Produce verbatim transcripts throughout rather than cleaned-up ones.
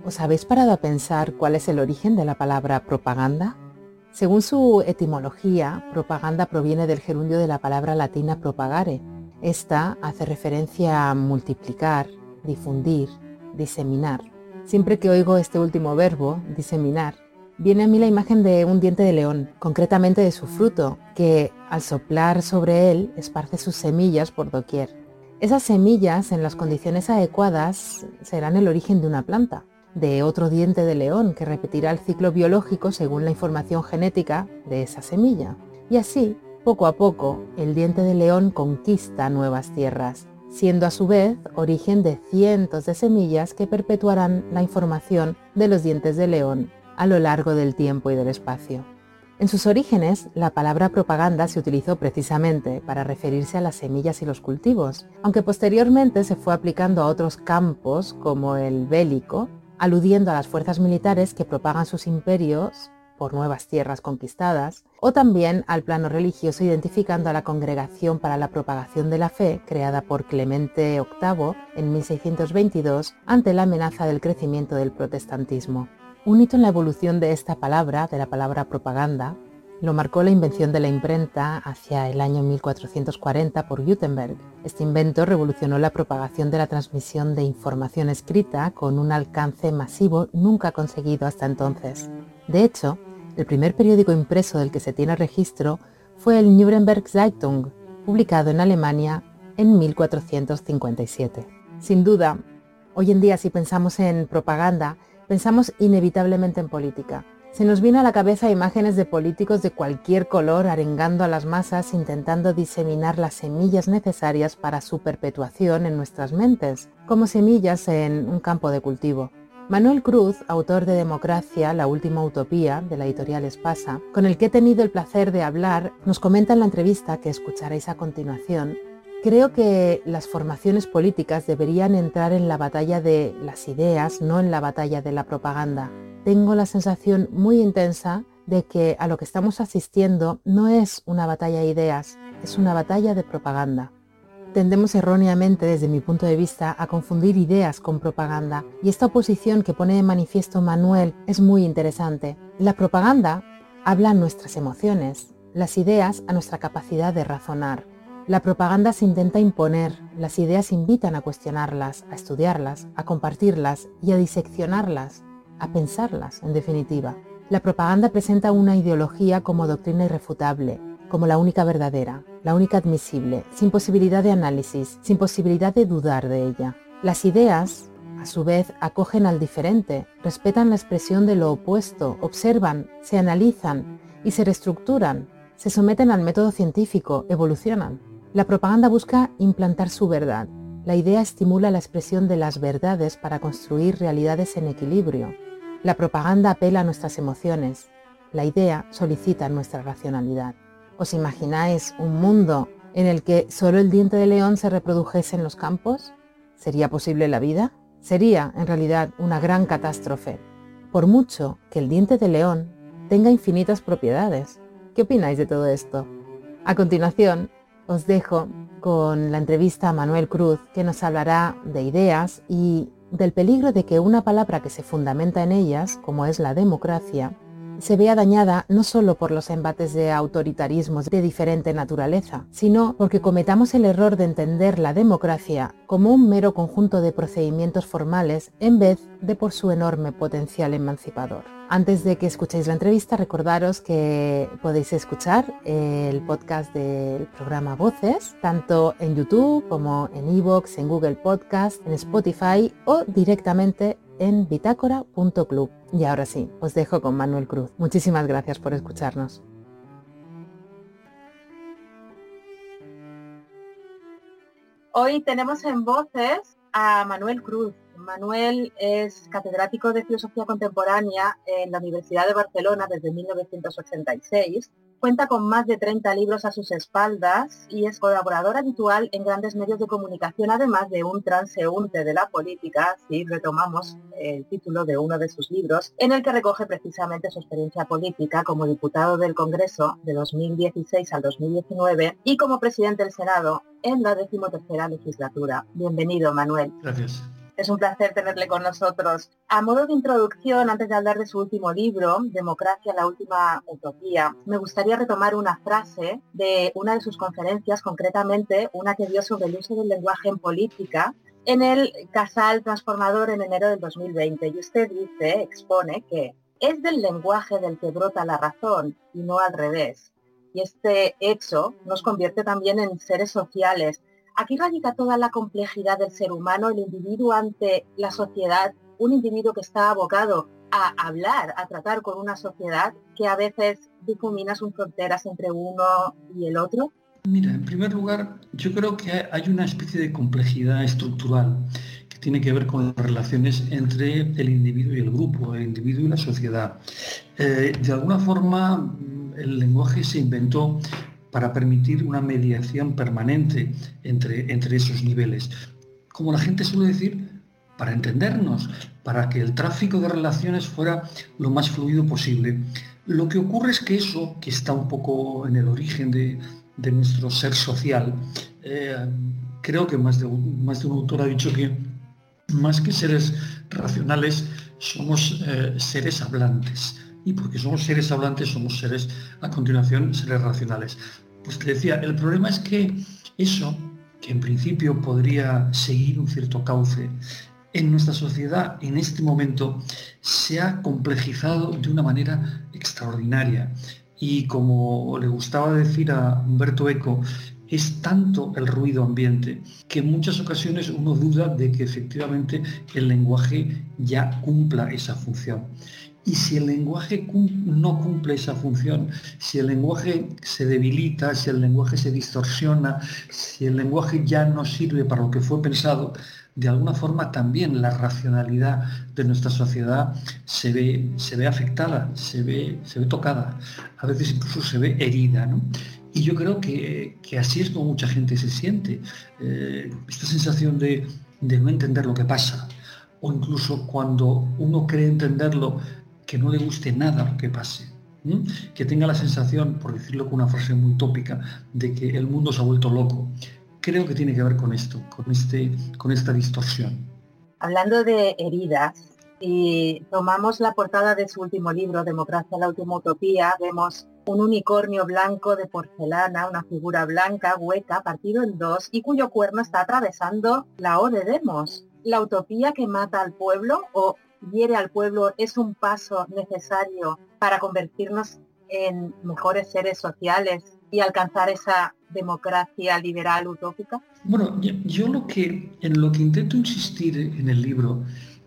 ¿Os habéis parado a pensar cuál es el origen de la palabra propaganda? Según su etimología, propaganda proviene del gerundio de la palabra latina propagare. Esta hace referencia a multiplicar, difundir, diseminar. Siempre que oigo este último verbo, diseminar, viene a mí la imagen de un diente de león, concretamente de su fruto, que al soplar sobre él esparce sus semillas por doquier. Esas semillas, en las condiciones adecuadas, serán el origen de una planta, de otro diente de león que repetirá el ciclo biológico según la información genética de esa semilla. Y así, poco a poco, el diente de león conquista nuevas tierras, siendo a su vez origen de cientos de semillas que perpetuarán la información de los dientes de león a lo largo del tiempo y del espacio. En sus orígenes, la palabra propaganda se utilizó precisamente para referirse a las semillas y los cultivos, aunque posteriormente se fue aplicando a otros campos como el bélico, aludiendo a las fuerzas militares que propagan sus imperios por nuevas tierras conquistadas, o también al plano religioso, identificando a la Congregación para la Propagación de la Fe, creada por Clemente octavo en mil seiscientos veintidós, ante la amenaza del crecimiento del protestantismo. Un hito en la evolución de esta palabra, de la palabra propaganda, lo marcó la invención de la imprenta hacia el año mil cuatrocientos cuarenta por Gutenberg. Este invento revolucionó la propagación de la transmisión de información escrita con un alcance masivo nunca conseguido hasta entonces. De hecho, el primer periódico impreso del que se tiene registro fue el Nürnberg Zeitung, publicado en Alemania en mil cuatrocientos cincuenta y siete. Sin duda, hoy en día si pensamos en propaganda, pensamos inevitablemente en política. Se nos viene a la cabeza imágenes de políticos de cualquier color arengando a las masas, intentando diseminar las semillas necesarias para su perpetuación en nuestras mentes, como semillas en un campo de cultivo. Manuel Cruz, autor de Democracia, la última utopía, de la editorial Espasa, con el que he tenido el placer de hablar, nos comenta en la entrevista que escucharéis a continuación: creo que las formaciones políticas deberían entrar en la batalla de las ideas, no en la batalla de la propaganda. Tengo la sensación muy intensa de que a lo que estamos asistiendo no es una batalla de ideas, es una batalla de propaganda. Tendemos erróneamente, desde mi punto de vista, a confundir ideas con propaganda, y esta oposición que pone de manifiesto Manuel es muy interesante. La propaganda habla a nuestras emociones, las ideas a nuestra capacidad de razonar. La propaganda se intenta imponer, las ideas invitan a cuestionarlas, a estudiarlas, a compartirlas y a diseccionarlas, a pensarlas, en definitiva. La propaganda presenta una ideología como doctrina irrefutable, como la única verdadera, la única admisible, sin posibilidad de análisis, sin posibilidad de dudar de ella. Las ideas, a su vez, acogen al diferente, respetan la expresión de lo opuesto, observan, se analizan y se reestructuran, se someten al método científico, evolucionan. La propaganda busca implantar su verdad. La idea estimula la expresión de las verdades para construir realidades en equilibrio. La propaganda apela a nuestras emociones. La idea solicita nuestra racionalidad. ¿Os imagináis un mundo en el que solo el diente de león se reprodujese en los campos? ¿Sería posible la vida? Sería, en realidad, una gran catástrofe. Por mucho que el diente de león tenga infinitas propiedades. ¿Qué opináis de todo esto? A continuación, os dejo con la entrevista a Manuel Cruz, que nos hablará de ideas y del peligro de que una palabra que se fundamenta en ellas, como es la democracia, se vea dañada no solo por los embates de autoritarismos de diferente naturaleza, sino porque cometamos el error de entender la democracia como un mero conjunto de procedimientos formales en vez de por su enorme potencial emancipador. Antes de que escuchéis la entrevista, recordaros que podéis escuchar el podcast del programa Voces, tanto en YouTube como en iVoox, en Google Podcast, en Spotify o directamente en bitácora punto club. Y ahora sí, os dejo con Manuel Cruz. Muchísimas gracias por escucharnos. Hoy tenemos en Voces a Manuel Cruz. Manuel es catedrático de Filosofía Contemporánea en la Universidad de Barcelona desde mil novecientos ochenta y seis. Cuenta con más de treinta libros a sus espaldas y es colaborador habitual en grandes medios de comunicación, además de un transeúnte de la política, si retomamos el título de uno de sus libros, en el que recoge precisamente su experiencia política como diputado del Congreso de dos mil dieciséis al dos mil diecinueve y como presidente del Senado en la decimotercera legislatura. Bienvenido, Manuel. Gracias. Es un placer tenerle con nosotros. A modo de introducción, antes de hablar de su último libro, Democracia, la última utopía, me gustaría retomar una frase de una de sus conferencias, concretamente una que dio sobre el uso del lenguaje en política, en el Casal Transformador en enero del dos mil veinte. Y usted dice, expone, que es del lenguaje del que brota la razón y no al revés. Y este hecho nos convierte también en seres sociales. Aquí radica toda la complejidad del ser humano, el individuo ante la sociedad, un individuo que está abocado a hablar, a tratar con una sociedad que a veces difumina sus fronteras entre uno y el otro. Mira, en primer lugar, yo creo que hay una especie de complejidad estructural que tiene que ver con las relaciones entre el individuo y el grupo, el individuo y la sociedad. Eh, de alguna forma, el lenguaje se inventó para permitir una mediación permanente entre, entre esos niveles. Como la gente suele decir, para entendernos, para que el tráfico de relaciones fuera lo más fluido posible. Lo que ocurre es que eso, que está un poco en el origen de, de nuestro ser social, eh, creo que más de, más de un autor ha dicho que más que seres racionales, somos eh, seres hablantes. Y porque somos seres hablantes, somos seres, a continuación, seres racionales. Pues te decía, el problema es que eso, que en principio podría seguir un cierto cauce, en nuestra sociedad, en este momento, se ha complejizado de una manera extraordinaria. Y como le gustaba decir a Umberto Eco, es tanto el ruido ambiente que en muchas ocasiones uno duda de que efectivamente el lenguaje ya cumpla esa función. Y si el lenguaje no cumple esa función, si el lenguaje se debilita, si el lenguaje se distorsiona, si el lenguaje ya no sirve para lo que fue pensado, de alguna forma también la racionalidad de nuestra sociedad se ve, se ve afectada, se ve, se ve tocada, a veces incluso se ve herida, ¿no? Y yo creo que, que así es como mucha gente se siente, eh, esta sensación de, de no entender lo que pasa, o incluso cuando uno cree entenderlo, que no le guste nada lo que pase, ¿sí? Que tenga la sensación, por decirlo con una frase muy tópica, de que el mundo se ha vuelto loco. Creo que tiene que ver con esto, con, este, con esta distorsión. Hablando de heridas, y tomamos la portada de su último libro, Democracia, la última utopía, vemos un unicornio blanco de porcelana, una figura blanca, hueca, partido en dos, y cuyo cuerno está atravesando la O de Demos. ¿La utopía que mata al pueblo o hiere al pueblo es un paso necesario para convertirnos en mejores seres sociales y alcanzar esa democracia liberal utópica? Bueno, yo, yo lo que, en lo que intento insistir en el libro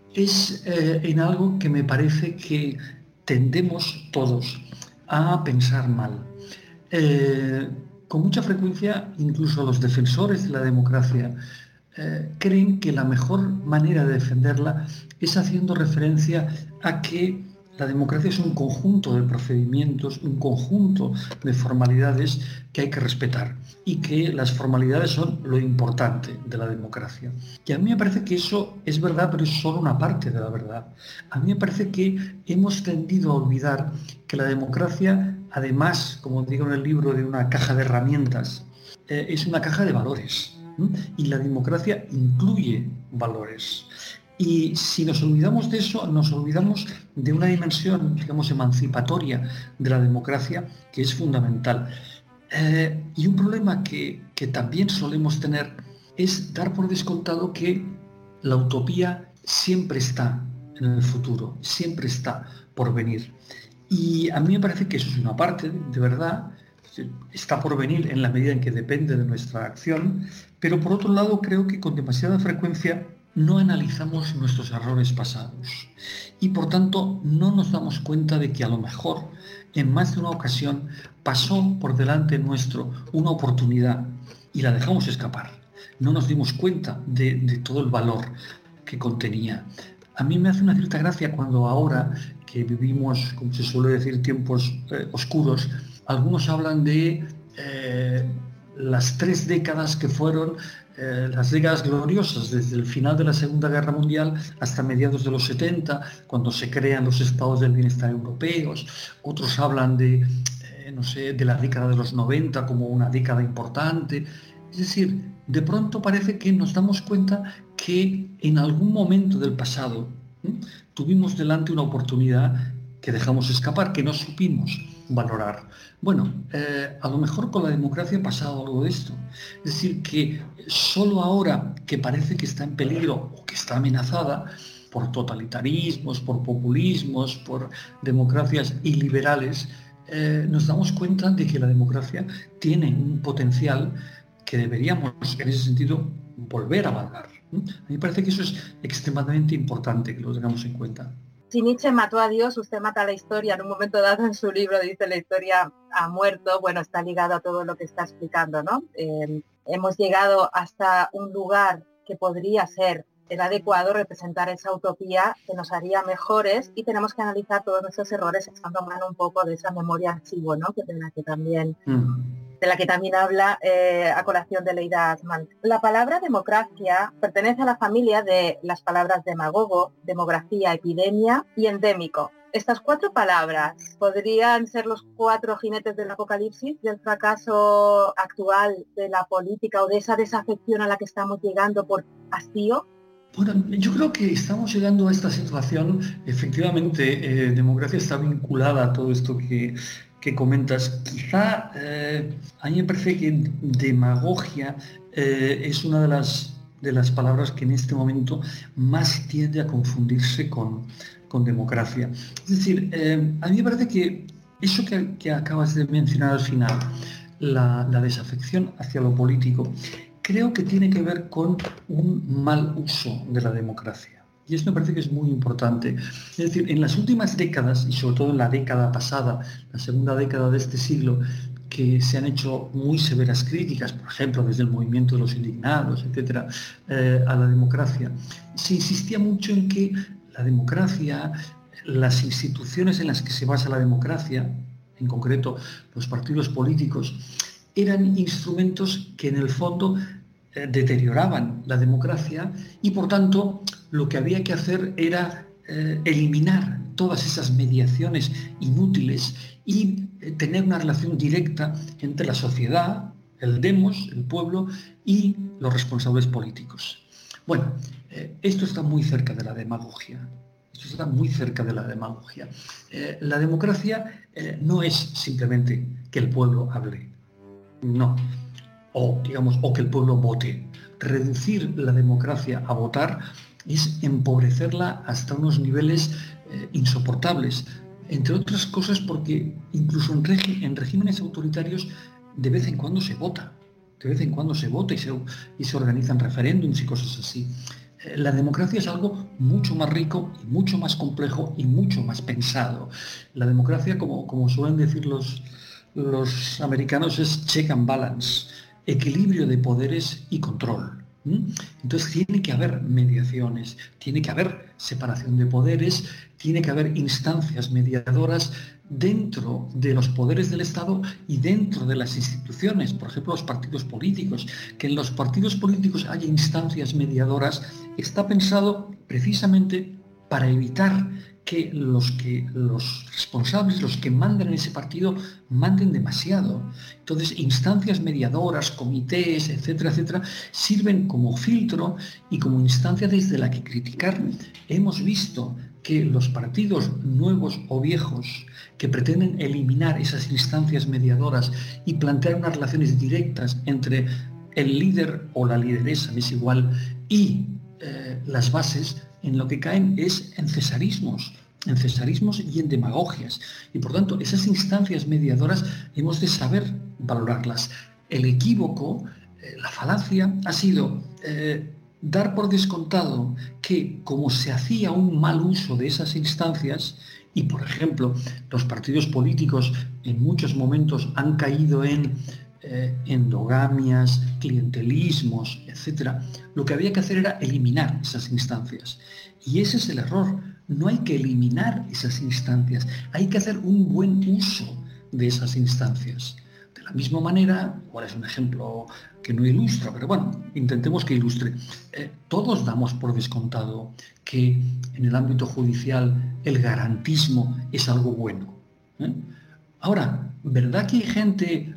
es eh, en algo que me parece que tendemos todos a pensar mal. Eh, con mucha frecuencia, incluso los defensores de la democracia eh, creen que la mejor manera de defenderla es haciendo referencia a que la democracia es un conjunto de procedimientos, un conjunto de formalidades que hay que respetar y que las formalidades son lo importante de la democracia. Y a mí me parece que eso es verdad, pero es solo una parte de la verdad. A mí me parece que hemos tendido a olvidar que la democracia, además, como digo en el libro, de una caja de herramientas, eh, es una caja de valores. ¿Mm? Y la democracia incluye valores. Y si nos olvidamos de eso, nos olvidamos de una dimensión, digamos, emancipatoria de la democracia que es fundamental. Eh, y un problema que, que también solemos tener es dar por descontado que la utopía siempre está en el futuro, siempre está por venir. Y a mí me parece que eso es una parte, de verdad, está por venir en la medida en que depende de nuestra acción, pero por otro lado creo que con demasiada frecuencia no analizamos nuestros errores pasados y por tanto no nos damos cuenta de que a lo mejor en más de una ocasión pasó por delante nuestro una oportunidad y la dejamos escapar. No nos dimos cuenta de, de todo el valor que contenía. A mí me hace una cierta gracia cuando ahora que vivimos, como se suele decir, tiempos eh, oscuros, algunos hablan de eh, las tres décadas que fueron eh, las décadas gloriosas, desde el final de la Segunda Guerra Mundial hasta mediados de los setenta, cuando se crean los estados del bienestar europeos. Otros hablan de, eh, no sé, de la década de los noventa como una década importante. Es decir, de pronto parece que nos damos cuenta que en algún momento del pasado ¿eh? tuvimos delante una oportunidad que dejamos escapar, que no supimos valorar. Bueno, eh, a lo mejor con la democracia ha pasado algo de esto. Es decir, que solo ahora que parece que está en peligro o que está amenazada por totalitarismos, por populismos, por democracias iliberales, eh, nos damos cuenta de que la democracia tiene un potencial que deberíamos, en ese sentido, volver a valorar. A mí me parece que eso es extremadamente importante, que lo tengamos en cuenta. Si Nietzsche mató a Dios, usted mata a la historia. En un momento dado en su libro dice la historia ha muerto. Bueno, está ligado a todo lo que está explicando, ¿no? Eh, hemos llegado hasta un lugar que podría ser el adecuado, representar esa utopía que nos haría mejores, y tenemos que analizar todos nuestros errores echando mano un poco de esa memoria archivo, ¿no? Que de la que también... Mm. de la que también habla eh, a colación de Leida Asman. La palabra democracia pertenece a la familia de las palabras demagogo, demografía, epidemia y endémico. Estas cuatro palabras podrían ser los cuatro jinetes del apocalipsis, del fracaso actual de la política o de esa desafección a la que estamos llegando por hastío. Bueno, yo creo que estamos llegando a esta situación. Efectivamente, eh, democracia está vinculada a todo esto que... que comentas. Quizá eh, a mí me parece que demagogia eh, es una de las, de las palabras que en este momento más tiende a confundirse con, con democracia. Es decir, eh, a mí me parece que eso que, que acabas de mencionar al final, la, la desafección hacia lo político, creo que tiene que ver con un mal uso de la democracia. Y esto me parece que es muy importante. Es decir, en las últimas décadas, y sobre todo en la década pasada, la segunda década de este siglo, que se han hecho muy severas críticas, por ejemplo, desde el movimiento de los indignados, etcétera, eh, a la democracia, se insistía mucho en que la democracia, las instituciones en las que se basa la democracia, en concreto los partidos políticos, eran instrumentos que en el fondo eh, deterioraban la democracia y, por tanto, lo que había que hacer era eh, eliminar todas esas mediaciones inútiles y eh, tener una relación directa entre la sociedad, el demos, el pueblo, y los responsables políticos. Bueno, eh, esto está muy cerca de la demagogia. Esto está muy cerca de la demagogia. Eh, la democracia eh, no es simplemente que el pueblo hable, no, o digamos, o que el pueblo vote. Reducir la democracia a votar es empobrecerla hasta unos niveles eh, insoportables, entre otras cosas porque incluso en, regi en regímenes autoritarios de vez en cuando se vota, de vez en cuando se vota y se, y se organizan referéndums y cosas así. Eh, la democracia es algo mucho más rico y mucho más complejo y mucho más pensado. La democracia, como, como suelen decir los, los americanos, es check and balance, equilibrio de poderes y control. Entonces tiene que haber mediaciones, tiene que haber separación de poderes, tiene que haber instancias mediadoras dentro de los poderes del Estado y dentro de las instituciones, por ejemplo los partidos políticos. Que en los partidos políticos haya instancias mediadoras está pensado precisamente para evitar que los, que los responsables, los que mandan en ese partido, manden demasiado. Entonces, instancias mediadoras, comités, etcétera, etcétera, sirven como filtro y como instancia desde la que criticar. Hemos visto que los partidos nuevos o viejos que pretenden eliminar esas instancias mediadoras y plantear unas relaciones directas entre el líder o la lideresa, es igual, y eh, las bases, en lo que caen es en cesarismos, en cesarismos y en demagogias. Y por tanto, esas instancias mediadoras hemos de saber valorarlas. El equívoco, eh, la falacia, ha sido eh, dar por descontado que, como se hacía un mal uso de esas instancias, y por ejemplo, los partidos políticos en muchos momentos han caído en Eh, endogamias, clientelismos, etcétera, lo que había que hacer era eliminar esas instancias. Y ese es el error. No hay que eliminar esas instancias, hay que hacer un buen uso de esas instancias. De la misma manera, cuál es un ejemplo que no ilustra, pero bueno, intentemos que ilustre. Eh, todos damos por descontado que en el ámbito judicial el garantismo es algo bueno. ¿eh? Ahora, ¿verdad que hay gente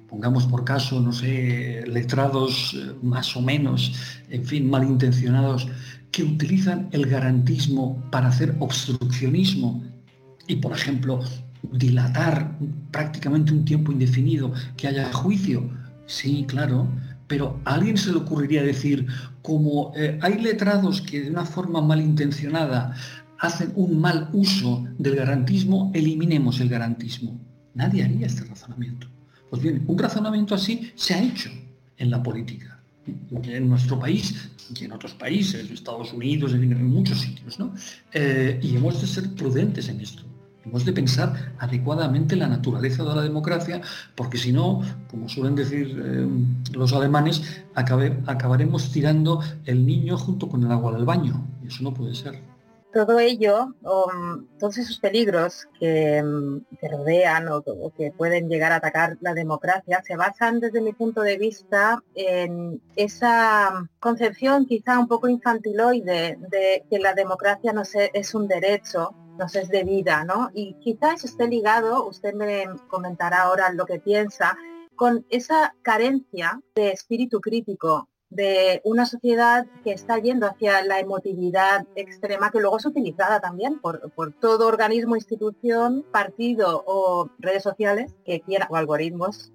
pongamos por caso, no sé, letrados más o menos, en fin, malintencionados, que utilizan el garantismo para hacer obstruccionismo y, por ejemplo, dilatar prácticamente un tiempo indefinido que haya juicio. Sí, claro, pero a alguien se le ocurriría decir, como eh, hay letrados que de una forma malintencionada hacen un mal uso del garantismo, eliminemos el garantismo. Nadie haría este razonamiento. Pues bien, un razonamiento así se ha hecho en la política, en nuestro país y en otros países, en Estados Unidos, en muchos sitios, ¿no? Eh, y hemos de ser prudentes en esto. Hemos de pensar adecuadamente la naturaleza de la democracia, porque si no, como suelen decir eh, los alemanes, acabe, acabaremos tirando el niño junto con el agua del baño. Y eso no puede ser. Todo ello, um, todos esos peligros que, um, que rodean o, o que pueden llegar a atacar la democracia, se basan desde mi punto de vista en esa concepción quizá un poco infantiloide de que la democracia no se, es un derecho, nos es debida, ¿no? Y quizás esté ligado, usted me comentará ahora lo que piensa, con esa carencia de espíritu crítico, de una sociedad que está yendo hacia la emotividad extrema, que luego es utilizada también por, por todo organismo, institución, partido o redes sociales que quieran, o algoritmos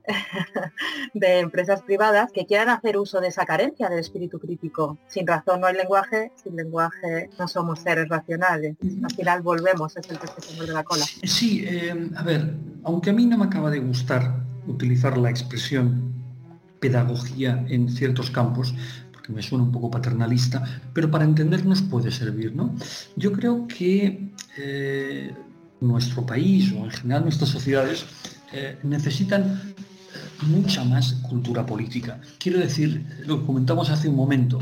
de empresas privadas que quieran hacer uso de esa carencia del espíritu crítico. Sin razón no hay lenguaje, sin lenguaje no somos seres racionales. Al final volvemos, es el que se muerde la cola. Sí, eh, a ver, aunque a mí no me acaba de gustar utilizar la expresión pedagogía en ciertos campos, porque me suena un poco paternalista, pero para entendernos puede servir, ¿no? Yo creo que eh, nuestro país o en general nuestras sociedades eh, necesitan mucha más cultura política. Quiero decir, lo que comentamos hace un momento,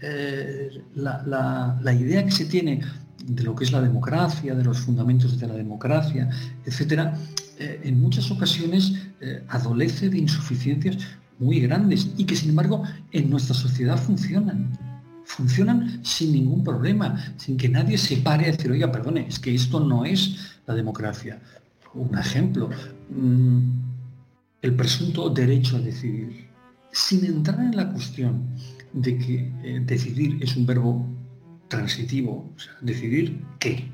eh, la, la, la idea que se tiene de lo que es la democracia, de los fundamentos de la democracia, etcétera, eh, en muchas ocasiones eh, adolece de insuficiencias muy grandes y que sin embargo en nuestra sociedad funcionan. Funcionan sin ningún problema, sin que nadie se pare a decir, oiga, perdone, es que esto no es la democracia. Un ejemplo, mmm, el presunto derecho a decidir, sin entrar en la cuestión de que eh, decidir es un verbo transitivo, o sea, decidir qué.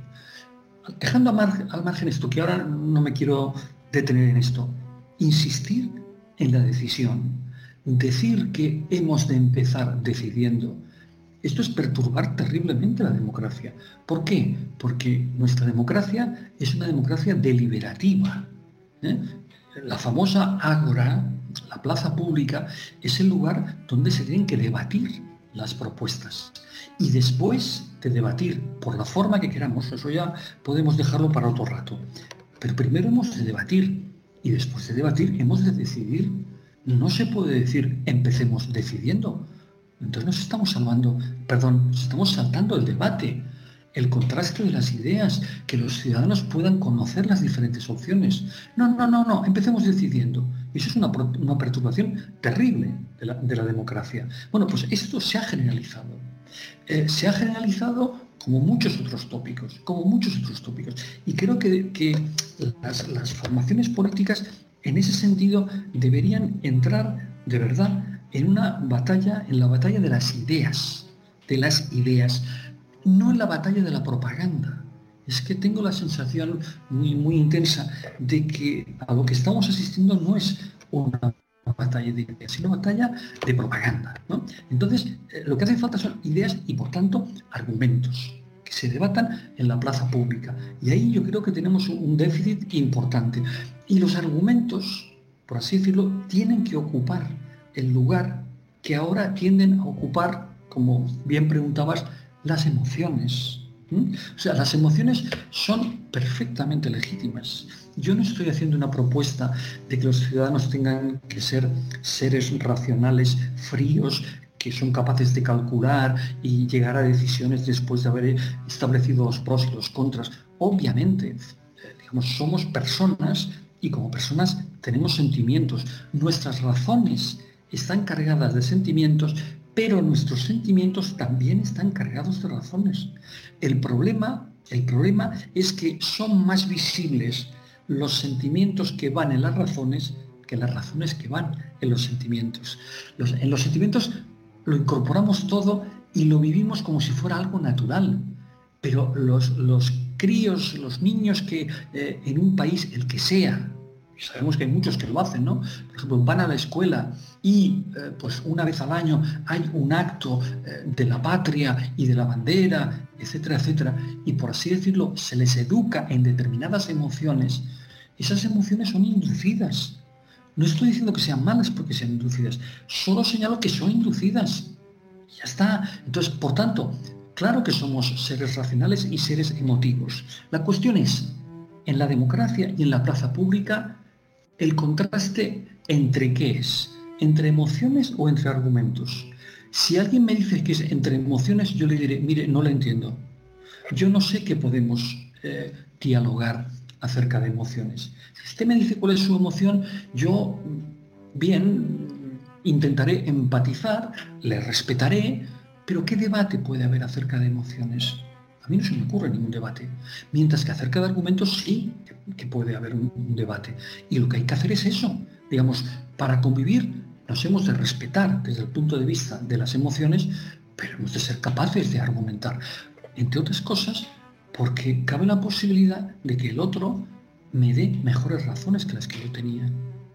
Dejando mar al margen esto, que ahora no me quiero detener en esto, insistir en la decisión, decir que hemos de empezar decidiendo, esto es perturbar terriblemente la democracia. ¿Por qué? Porque nuestra democracia es una democracia deliberativa, ¿eh? La famosa ágora, la plaza pública, es el lugar donde se tienen que debatir las propuestas. Y después de debatir por la forma que queramos, eso ya podemos dejarlo para otro rato, pero primero hemos de debatir y después de debatir hemos de decidir. No se puede decir empecemos decidiendo. Entonces nos estamos salvando, perdón, nos estamos saltando el debate, el contraste de las ideas, que los ciudadanos puedan conocer las diferentes opciones. No, no, no, no, empecemos decidiendo. Y eso es una, una perturbación terrible de la, de la democracia. Bueno, pues esto se ha generalizado. Eh, se ha generalizado como muchos otros tópicos, como muchos otros tópicos. Y creo que, que las, las formaciones políticas, en ese sentido, deberían entrar de verdad en una batalla, en la batalla de las ideas, de las ideas, no en la batalla de la propaganda. Es que tengo la sensación muy, muy intensa de que a lo que estamos asistiendo no es una batalla de ideas, sino una batalla de propaganda, ¿no? Entonces, eh, lo que hace falta son ideas y, por tanto, argumentos que se debatan en la plaza pública. Y ahí yo creo que tenemos un déficit importante. Y los argumentos, por así decirlo, tienen que ocupar el lugar que ahora tienden a ocupar, como bien preguntabas, las emociones. ¿Mm? O sea, las emociones son perfectamente legítimas. Yo no estoy haciendo una propuesta de que los ciudadanos tengan que ser seres racionales, fríos, que son capaces de calcular y llegar a decisiones después de haber establecido los pros y los contras. Obviamente, digamos, somos personas y como personas tenemos sentimientos. Nuestras razones están cargadas de sentimientos, pero nuestros sentimientos también están cargados de razones. El problema, el problema es que son más visibles los sentimientos que van en las razones que las razones que van en los sentimientos. Los, en los sentimientos lo incorporamos todo y lo vivimos como si fuera algo natural. Pero los, los críos, los niños que eh, en un país, el que sea, y sabemos que hay muchos que lo hacen, ¿no? Por ejemplo, van a la escuela y eh, pues una vez al año hay un acto eh, de la patria y de la bandera, etcétera, etcétera, y por así decirlo, se les educa en determinadas emociones. Esas emociones son inducidas. No estoy diciendo que sean malas porque sean inducidas, solo señalo que son inducidas. Ya está. Entonces, por tanto, claro que somos seres racionales y seres emotivos. La cuestión es, en la democracia y en la plaza pública, el contraste entre qué es, entre emociones o entre argumentos. Si alguien me dice que es entre emociones, yo le diré, mire, no lo entiendo. Yo no sé qué podemos eh, dialogar acerca de emociones. Si usted me dice cuál es su emoción, yo, bien, intentaré empatizar, le respetaré, pero ¿qué debate puede haber acerca de emociones? A mí no se me ocurre ningún debate. Mientras que acerca de argumentos sí que puede haber un, un debate. Y lo que hay que hacer es eso. Digamos, para convivir nos hemos de respetar desde el punto de vista de las emociones, pero hemos de ser capaces de argumentar. Entre otras cosas, porque cabe la posibilidad de que el otro me dé mejores razones que las que yo tenía.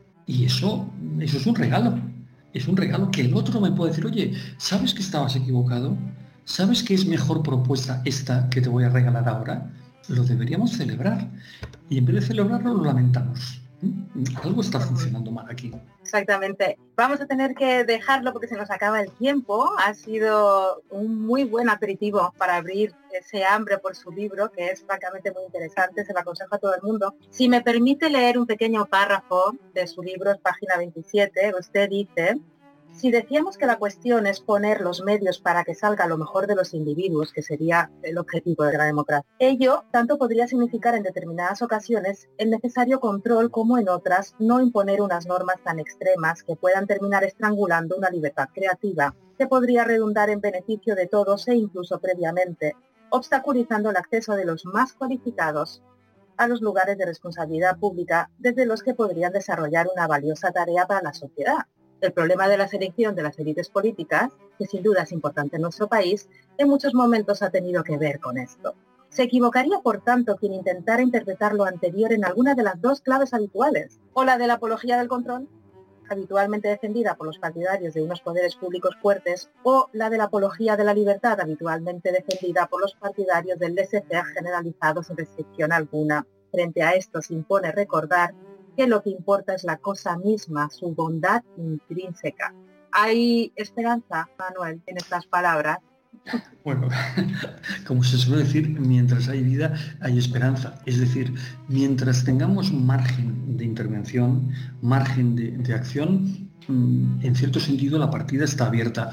Y eso, eso es un regalo. Es un regalo que el otro me puede decir, oye, ¿sabes que estabas equivocado? ¿Sabes que es mejor propuesta esta que te voy a regalar ahora? Lo deberíamos celebrar. Y en vez de celebrarlo, lo lamentamos. ¿Mm? Algo está funcionando mal aquí. Exactamente. Vamos a tener que dejarlo porque se nos acaba el tiempo. Ha sido un muy buen aperitivo para abrir ese hambre por su libro, que es francamente muy interesante. Se lo aconsejo a todo el mundo. Si me permite leer un pequeño párrafo de su libro, es página veintisiete, usted dice: si decíamos que la cuestión es poner los medios para que salga lo mejor de los individuos, que sería el objetivo de la democracia, ello tanto podría significar en determinadas ocasiones el necesario control como en otras no imponer unas normas tan extremas que puedan terminar estrangulando una libertad creativa que podría redundar en beneficio de todos e incluso previamente obstaculizando el acceso de los más cualificados a los lugares de responsabilidad pública desde los que podrían desarrollar una valiosa tarea para la sociedad. El problema de la selección de las élites políticas, que sin duda es importante en nuestro país, en muchos momentos ha tenido que ver con esto. ¿Se equivocaría, por tanto, quien intentara interpretar lo anterior en alguna de las dos claves habituales? ¿O la de la apología del control, habitualmente defendida por los partidarios de unos poderes públicos fuertes, o la de la apología de la libertad, habitualmente defendida por los partidarios del laissez-faire generalizado sin restricción alguna? Frente a esto se impone recordar que lo que importa es la cosa misma, su bondad intrínseca. ¿Hay esperanza, Manuel, en estas palabras? Bueno, como se suele decir, mientras hay vida, hay esperanza. Es decir, mientras tengamos margen de intervención, margen de, de acción, en cierto sentido la partida está abierta.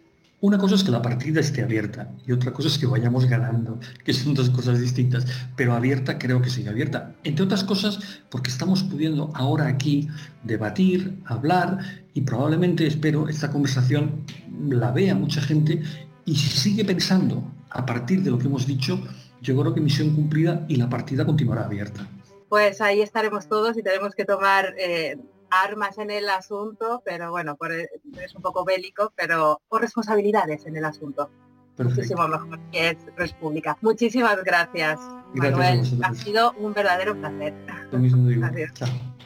Una cosa es que la partida esté abierta y otra cosa es que vayamos ganando, que son dos cosas distintas, pero abierta creo que sigue abierta. Entre otras cosas porque estamos pudiendo ahora aquí debatir, hablar y probablemente, espero, esta conversación la vea mucha gente y si sigue pensando a partir de lo que hemos dicho, yo creo que misión cumplida y la partida continuará abierta. Pues ahí estaremos todos y tenemos que tomar eh, armas en el asunto, pero bueno, por, es un poco bélico, pero o responsabilidades en el asunto. Perfecto. Muchísimo mejor que es República. Muchísimas gracias, gracias Manuel. Ha sido un verdadero placer. Lo mismo digo. Adiós. Chao.